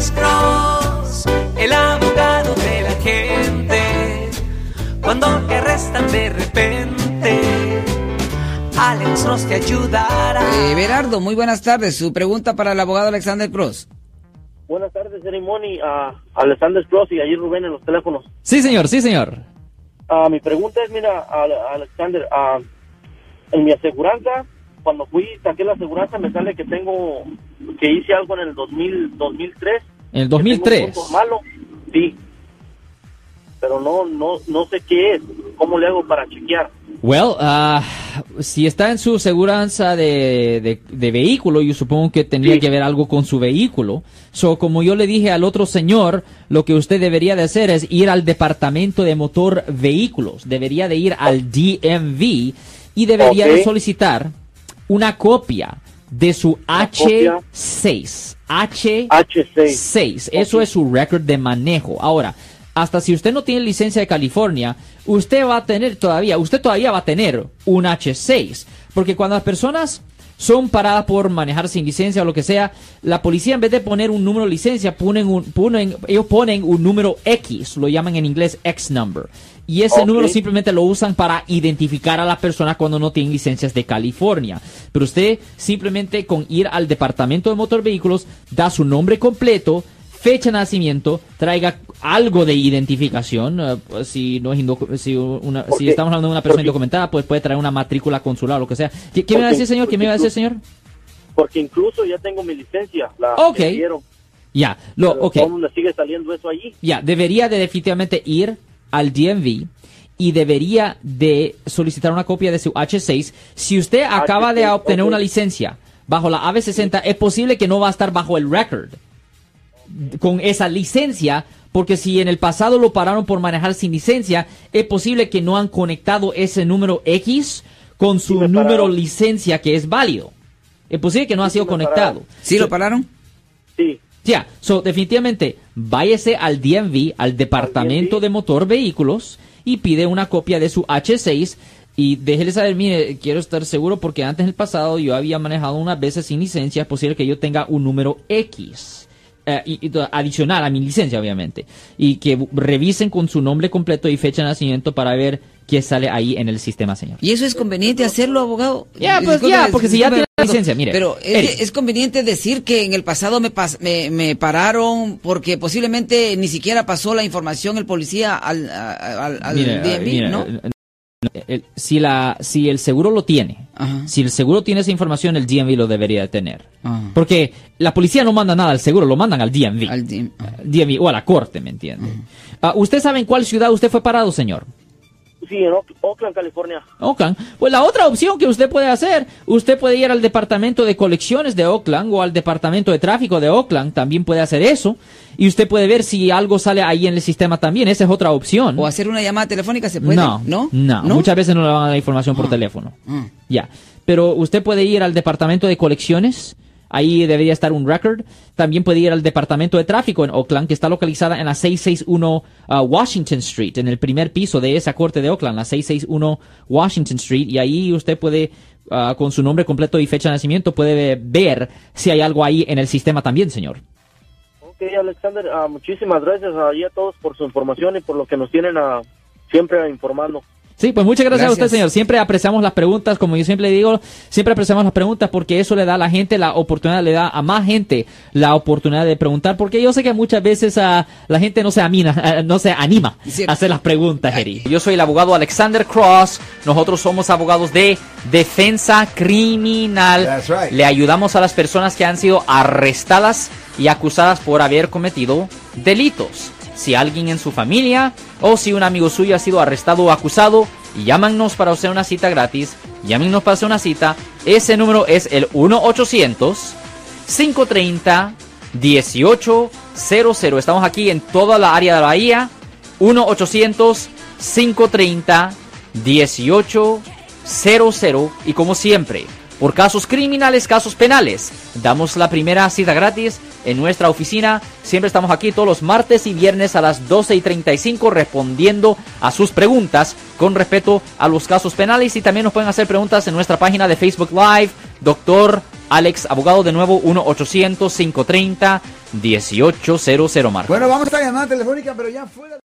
Alexander Cross, el abogado de la gente. Cuando te arrestan de repente, Alex Cross te ayudará. Berardo, muy buenas tardes. Su pregunta para el abogado Alexander Cross. Buenas tardes, Erimoni, Alexander Cross y allí Rubén en los teléfonos. Sí, señor, sí, señor. Mi pregunta es, mira, Alexander, en mi aseguranza, cuando saqué la aseguranza, me sale que hice algo en el 2003. ¿En el 2003? Un punto malo, sí. Pero no sé qué es. ¿Cómo le hago para chequear? Well, si está en su aseguranza de vehículo, yo supongo que tendría que ver algo con su vehículo. Como yo le dije al otro señor, lo que usted debería de hacer es ir al departamento de motor vehículos. Debería de ir al DMV y debería de solicitar una copia de su H6. H6. Eso es su récord de manejo. Ahora, hasta si usted no tiene licencia de California, usted todavía va a tener un H6. Porque cuando las personas son paradas por manejar sin licencia o lo que sea, la policía en vez de poner un número de licencia, ellos ponen un número X, lo llaman en inglés X number. Y ese número simplemente lo usan para identificar a las personas cuando no tienen licencias de California. Pero usted simplemente con ir al departamento de motor vehículos, da su nombre completo, fecha de nacimiento, traiga algo de identificación, si estamos hablando de una persona indocumentada, pues puede traer una matrícula consular o lo que sea. ¿Qué me va a decir, señor? ¿Qué me va a decir, señor? Porque incluso ya tengo mi licencia, que dieron. Ya, ¿Cómo le sigue saliendo eso allí? Ya, debería de definitivamente ir al DMV y debería de solicitar una copia de su H6. Si usted acaba de obtener una licencia bajo la AB60, es posible que no va a estar bajo el record con esa licencia, porque si en el pasado lo pararon por manejar sin licencia, es posible que no han conectado ese número X con su número licencia que es válido. Es posible que no ha sido conectado. ¿Sí lo pararon? Sí. Ya, definitivamente, váyase al DMV, al Departamento de Motor Vehículos, y pide una copia de su H6, y déjele saber, mire, quiero estar seguro porque antes en el pasado yo había manejado unas veces sin licencia, es posible que yo tenga un número X. Adicional a mi licencia, obviamente, y que revisen con su nombre completo y fecha de nacimiento para ver qué sale ahí en el sistema, señor. ¿Y eso es conveniente hacerlo, abogado? Porque si ya tiene la licencia, mire. Pero es conveniente decir que en el pasado me pararon porque posiblemente ni siquiera pasó la información el policía al DMV, ¿no? Si el seguro lo tiene, si el seguro tiene esa información, el DMV lo debería de tener. Porque la policía no manda nada al seguro, lo mandan al DMV. DMV o a la corte, ¿me entiende? ¿Usted sabe en cuál ciudad usted fue parado, señor? Sí, en Oakland, California. Oakland. Pues la otra opción que usted puede hacer, usted puede ir al departamento de colecciones de Oakland o al departamento de tráfico de Oakland, también puede hacer eso. Y usted puede ver si algo sale ahí en el sistema también, esa es otra opción. ¿O hacer una llamada telefónica se puede? No, muchas veces no le van a dar la información por teléfono. Ya, pero usted puede ir al departamento de colecciones, ahí debería estar un record. También puede ir al departamento de tráfico en Oakland, que está localizada en la 661 Washington Street, en el primer piso de esa corte de Oakland, la 661 Washington Street, y ahí usted puede, con su nombre completo y fecha de nacimiento, puede ver si hay algo ahí en el sistema también, señor. Ok, Alexander, muchísimas gracias a todos por su información y por lo que nos tienen siempre informando. Sí, pues muchas gracias a usted, señor. Siempre apreciamos las preguntas, como yo siempre digo, siempre apreciamos las preguntas porque eso le da a la gente la oportunidad, le da a más gente la oportunidad de preguntar, porque yo sé que muchas veces la gente no se anima a hacer las preguntas, Eri. Yo soy el abogado Alexander Cross, nosotros somos abogados de defensa criminal. That's right. Le ayudamos a las personas que han sido arrestadas y acusadas por haber cometido delitos. Si alguien en su familia o si un amigo suyo ha sido arrestado o acusado, llámanos para hacer una cita gratis. Llámenos para hacer una cita. Ese número es el 1-800-530-1800. Estamos aquí en toda la área de la Bahía. 1-800-530-1800. Y como siempre, por casos criminales, casos penales, damos la primera cita gratis en nuestra oficina. Siempre estamos aquí todos los martes y viernes a las 12:35 respondiendo a sus preguntas con respecto a los casos penales, y también nos pueden hacer preguntas en nuestra página de Facebook Live, Doctor Alex Abogado, de nuevo 1-800-530 1800, Marcos. Bueno, vamos a esta llamada telefónica, pero ya fuera.